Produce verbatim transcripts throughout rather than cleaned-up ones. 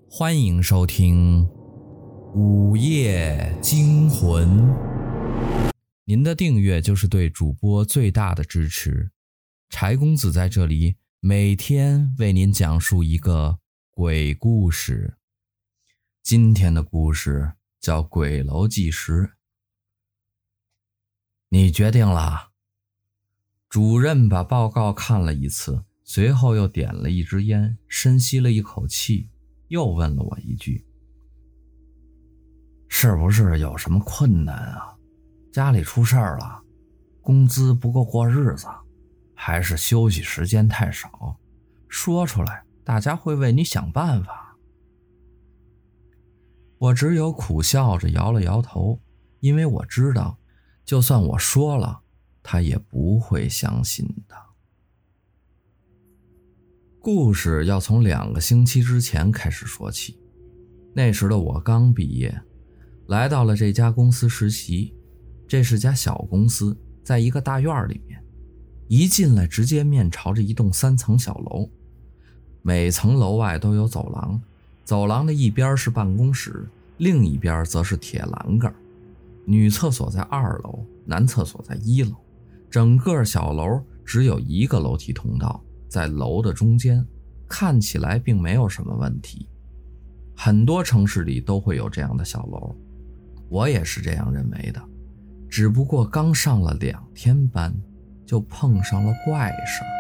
欢迎收听《午夜惊魂》。您的订阅就是对主播最大的支持。柴公子在这里每天为您讲述一个鬼故事。今天的故事叫《鬼楼计时》。你决定了？主任把报告看了一次，随后又点了一支烟，深吸了一口气，又问了我一句：是不是有什么困难啊？家里出事儿了，工资不够过日子，还是休息时间太少？说出来，大家会为你想办法。我只有苦笑着摇了摇头，因为我知道，就算我说了，他也不会相信的。故事要从两个星期之前开始说起。那时的我刚毕业，来到了这家公司实习。这是家小公司，在一个大院里面，一进来直接面朝着一栋三层小楼，每层楼外都有走廊，走廊的一边是办公室，另一边则是铁栏杆。女厕所在二楼，男厕所在一楼。整个小楼只有一个楼梯通道，在楼的中间，看起来并没有什么问题。很多城市里都会有这样的小楼，我也是这样认为的。只不过刚上了两天班，就碰上了怪事儿。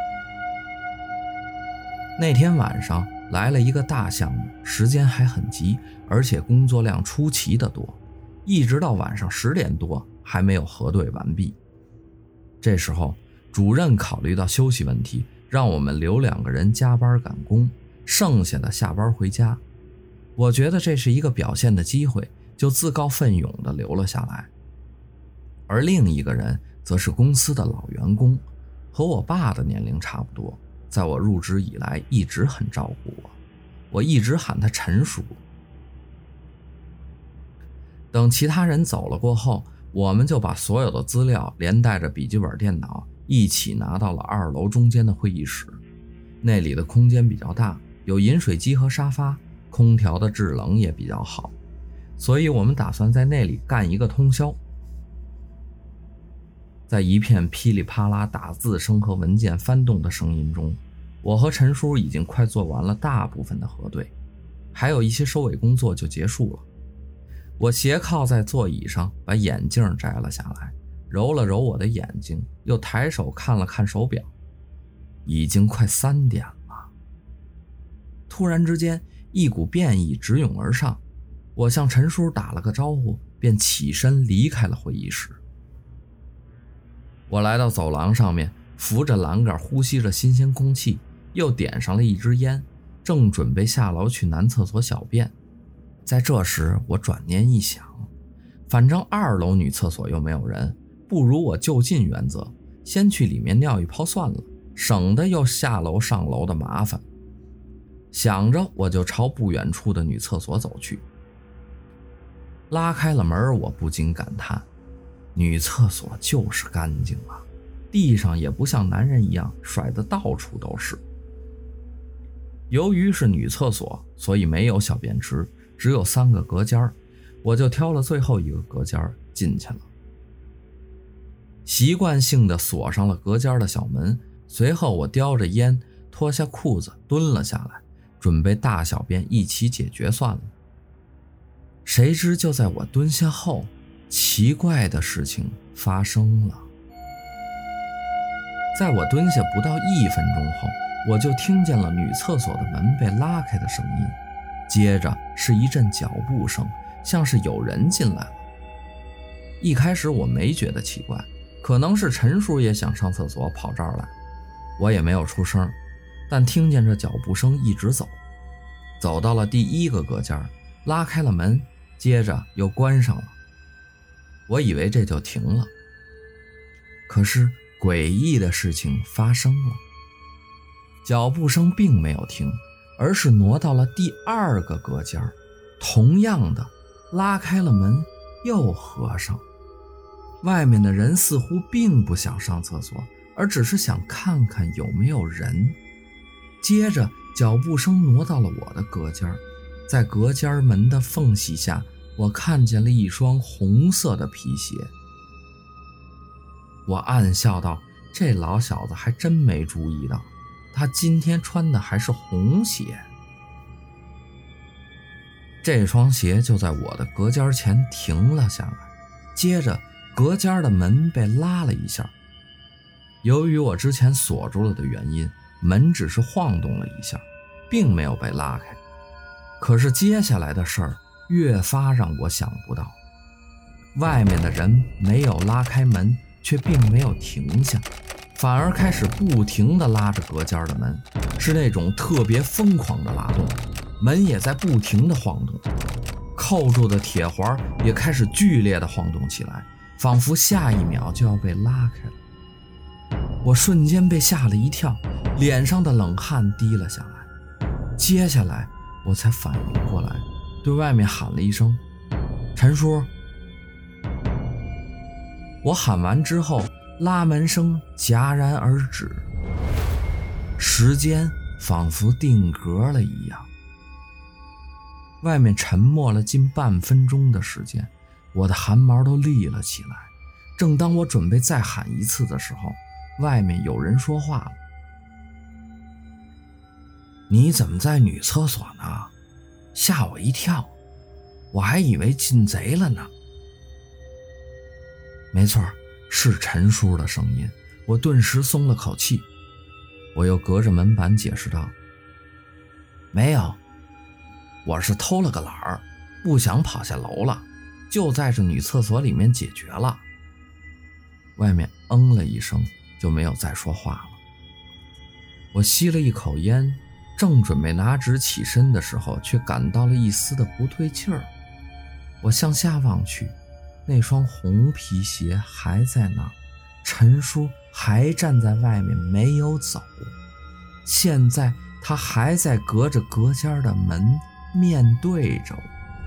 那天晚上来了一个大项目，时间还很急，而且工作量出奇的多，一直到晚上十点多还没有核对完毕。这时候主任考虑到休息问题，让我们留两个人加班赶工，剩下的下班回家。我觉得这是一个表现的机会，就自告奋勇地留了下来。而另一个人则是公司的老员工，和我爸的年龄差不多，在我入职以来一直很照顾我，我一直喊他陈叔。等其他人走了过后，我们就把所有的资料连带着笔记本电脑一起拿到了二楼中间的会议室。那里的空间比较大，有饮水机和沙发，空调的制冷也比较好，所以我们打算在那里干一个通宵。在一片噼里啪啦打字声和文件翻动的声音中，我和陈叔已经快做完了大部分的核对，还有一些收尾工作就结束了。我斜靠在座椅上，把眼镜摘了下来，揉了揉我的眼睛，又抬手看了看手表，已经快三点了。突然之间，一股变意直涌而上，我向陈叔打了个招呼，便起身离开了会议室。我来到走廊上面，扶着栏杆呼吸着新鲜空气，又点上了一支烟，正准备下楼去男厕所小便。在这时我转念一想，反正二楼女厕所又没有人，不如我就近原则，先去里面尿一泡算了，省得又下楼上楼的麻烦。想着我就朝不远处的女厕所走去。拉开了门，我不禁感叹，女厕所就是干净啊，地上也不像男人一样甩得到处都是。由于是女厕所，所以没有小便池，只有三个隔间，我就挑了最后一个隔间进去了。习惯性地锁上了隔间的小门，随后我叼着烟，脱下裤子蹲了下来，准备大小便一起解决算了。谁知就在我蹲下后，奇怪的事情发生了。在我蹲下不到一分钟后，我就听见了女厕所的门被拉开的声音，接着是一阵脚步声，像是有人进来了。一开始我没觉得奇怪，可能是陈叔也想上厕所跑这儿来，我也没有出声，但听见这脚步声一直走，走到了第一个隔间，拉开了门，接着又关上了。我以为这就停了，可是诡异的事情发生了，脚步声并没有停，而是挪到了第二个隔间，同样的拉开了门又合上。外面的人似乎并不想上厕所，而只是想看看有没有人。接着脚步声挪到了我的隔间， 在隔间门的缝隙下，我看见了一双红色的皮鞋。我暗笑道，这老小子还真没注意到，他今天穿的还是红鞋。这双鞋就在我的隔间前停了下来，接着隔间的门被拉了一下。由于我之前锁住了的原因，门只是晃动了一下，并没有被拉开。可是接下来的事儿越发让我想不到，外面的人没有拉开门，却并没有停下，反而开始不停地拉着隔间的门，是那种特别疯狂的拉动，门也在不停地晃动，扣住的铁环也开始剧烈地晃动起来，仿佛下一秒就要被拉开了。我瞬间被吓了一跳，脸上的冷汗滴了下来。接下来我才反应过来，对外面喊了一声：“陈叔。”我喊完之后，拉门声戛然而止，时间仿佛定格了一样。外面沉默了近半分钟的时间，我的汗毛都立了起来。正当我准备再喊一次的时候，外面有人说话了：“你怎么在女厕所呢？吓我一跳，我还以为进贼了呢。”没错，是陈叔的声音。我顿时松了口气。我又隔着门板解释道：“没有，我是偷了个懒儿，不想跑下楼了，就在这女厕所里面解决了。”外面嗯了一声，就没有再说话了。我吸了一口烟，正准备拿纸起身的时候，却感到了一丝的不对劲儿。我向下望去，那双红皮鞋还在那儿，陈叔还站在外面没有走，现在他还在隔着隔间的门面对着我。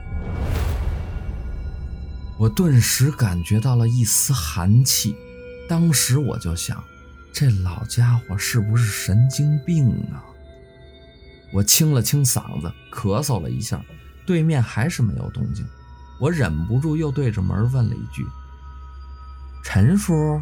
我顿时感觉到了一丝寒气，当时我就想，这老家伙是不是神经病啊？我清了清嗓子，咳嗽了一下，对面还是没有动静。我忍不住又对着门问了一句：“陈叔？”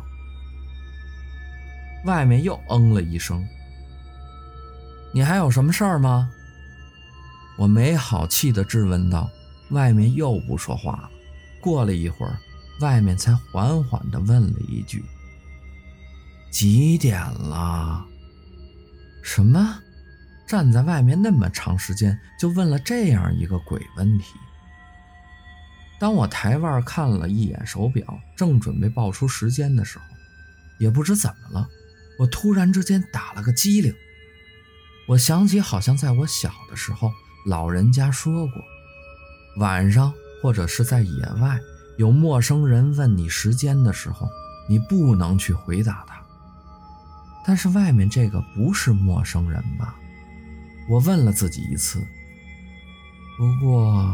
外面又嗯了一声：“你还有什么事儿吗？”我没好气地质问道。外面又不说话了。过了一会儿，外面才缓缓地问了一句：“几点了？”什么？站在外面那么长时间，就问了这样一个鬼问题。当我抬腕看了一眼手表，正准备报出时间的时候，也不知怎么了，我突然之间打了个激灵。我想起好像在我小的时候，老人家说过，晚上或者是在野外，有陌生人问你时间的时候，你不能去回答他。但是外面这个不是陌生人吧？我问了自己一次。不过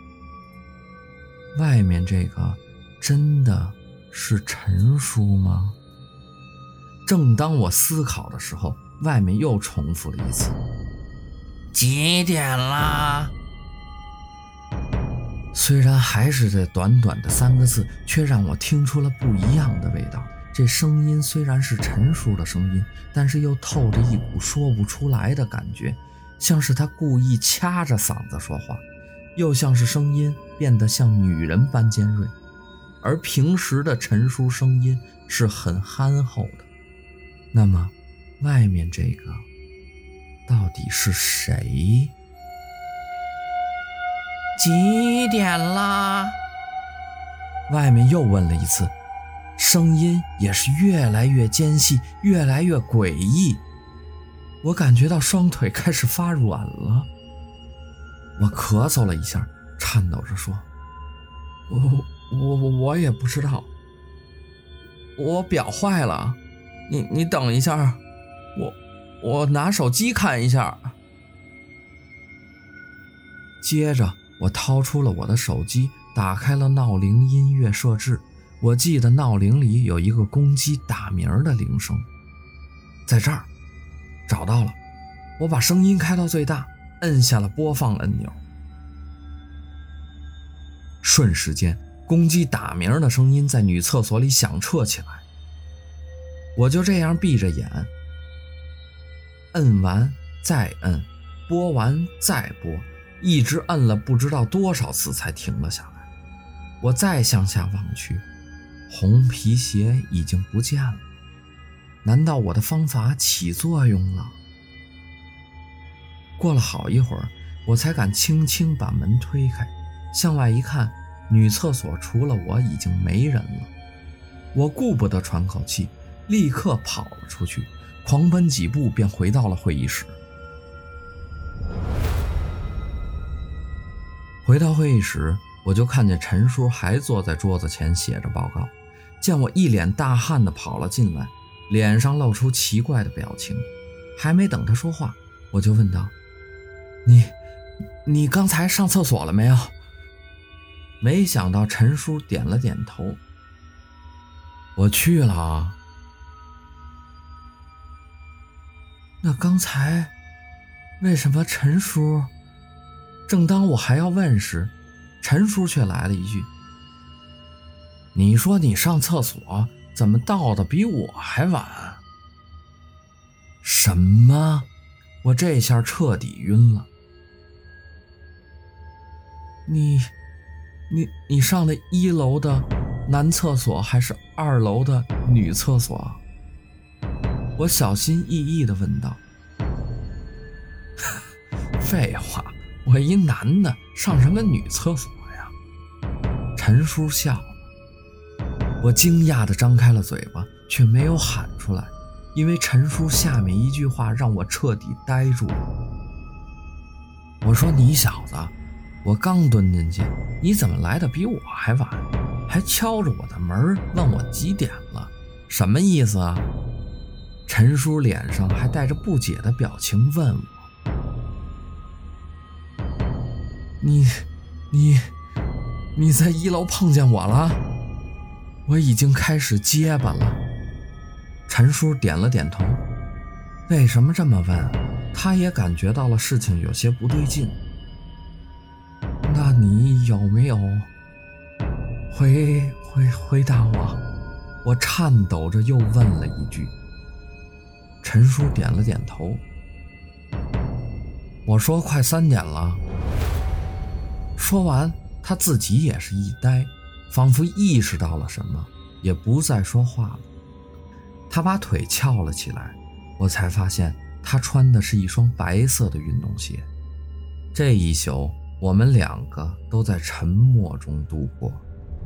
外面这个真的是陈叔吗？正当我思考的时候，外面又重复了一次：“几点啦？”虽然还是这短短的三个字，却让我听出了不一样的味道。这声音虽然是陈叔的声音，但是又透着一股说不出来的感觉，像是他故意掐着嗓子说话，又像是声音变得像女人般尖锐。而平时的陈叔声音是很憨厚的。那么外面这个到底是谁？几点啦？外面又问了一次，声音也是越来越尖细，越来越诡异。我感觉到双腿开始发软了。我咳嗽了一下，颤抖着说：“我我我我也不知道，我表坏了，你你等一下，我我拿手机看一下。”接着我掏出了我的手机，打开了闹铃音乐设置。我记得闹铃里有一个公鸡打鸣的铃声，在这儿找到了。我把声音开到最大，摁下了播放按钮。 瞬时间，公鸡打鸣的声音在女厕所里响彻起来。我就这样闭着眼，摁完再摁，拨完再拨，一直摁了不知道多少次才停了下来。我再向下望去，红皮鞋已经不见了。难道我的方法起作用了？过了好一会儿，我才敢轻轻把门推开，向外一看，女厕所除了我已经没人了。我顾不得喘口气，立刻跑了出去，狂奔几步便回到了会议室。回到会议室，我就看见陈叔还坐在桌子前写着报告，见我一脸大汗地跑了进来，脸上露出奇怪的表情。还没等他说话，我就问道：你你刚才上厕所了没有？没想到陈叔点了点头。我去了啊。那刚才为什么陈叔？正当我还要问时，陈叔却来了一句：你说你上厕所怎么到的比我还晚？什么？我这下彻底晕了。你你你上的一楼的男厕所还是二楼的女厕所？我小心翼翼地问道。废话，我一男的上什么女厕所呀？陈叔笑了。我惊讶地张开了嘴巴，却没有喊出来，因为陈叔下面一句话让我彻底呆住了。我说：你小子，我刚蹲进去，你怎么来的比我还晚？还敲着我的门问我几点了，什么意思啊？陈叔脸上还带着不解的表情问我：你你你在一楼碰见我了？我已经开始结巴了。陈叔点了点头。为什么这么问？他也感觉到了事情有些不对劲。那你有没有回回回答我？我颤抖着又问了一句。陈叔点了点头。我说快三点了。说完，他自己也是一呆，仿佛意识到了什么，也不再说话了。他把腿翘了起来，我才发现他穿的是一双白色的运动鞋。这一宿，我们两个都在沉默中度过。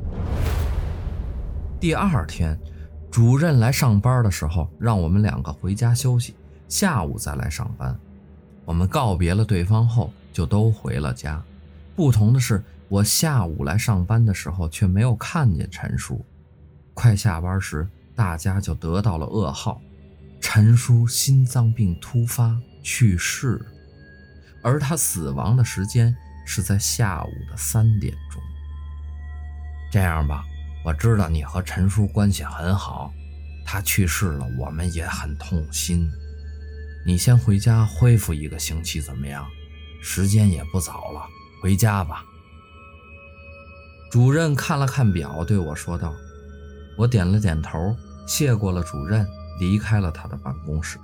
第二天，主任来上班的时候，让我们两个回家休息，下午再来上班。我们告别了对方后，就都回了家。不同的是，我下午来上班的时候却没有看见陈叔。快下班时，大家就得到了噩耗，陈叔心脏病突发去世了，而他死亡的时间是在下午的三点钟。这样吧，我知道你和陈叔关系很好，他去世了，我们也很痛心。你先回家恢复一个星期怎么样？时间也不早了，回家吧。主任看了看表，对我说道。我点了点头，谢过了主任，离开了他的办公室。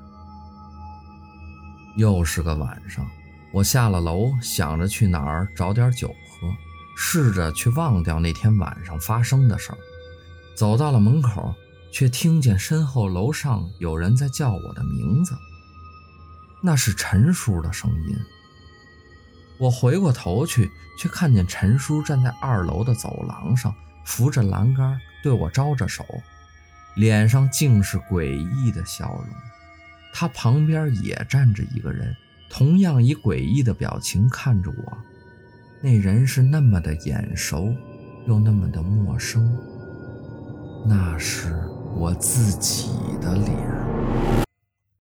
又是个晚上，我下了楼，想着去哪儿找点酒喝，试着去忘掉那天晚上发生的事儿。走到了门口，却听见身后楼上有人在叫我的名字，那是陈叔的声音。我回过头去，却看见陈叔站在二楼的走廊上，扶着栏杆对我招着手，脸上竟是诡异的笑容。他旁边也站着一个人，同样以诡异的表情看着我，那人是那么的眼熟，又那么的陌生，那是我自己的脸。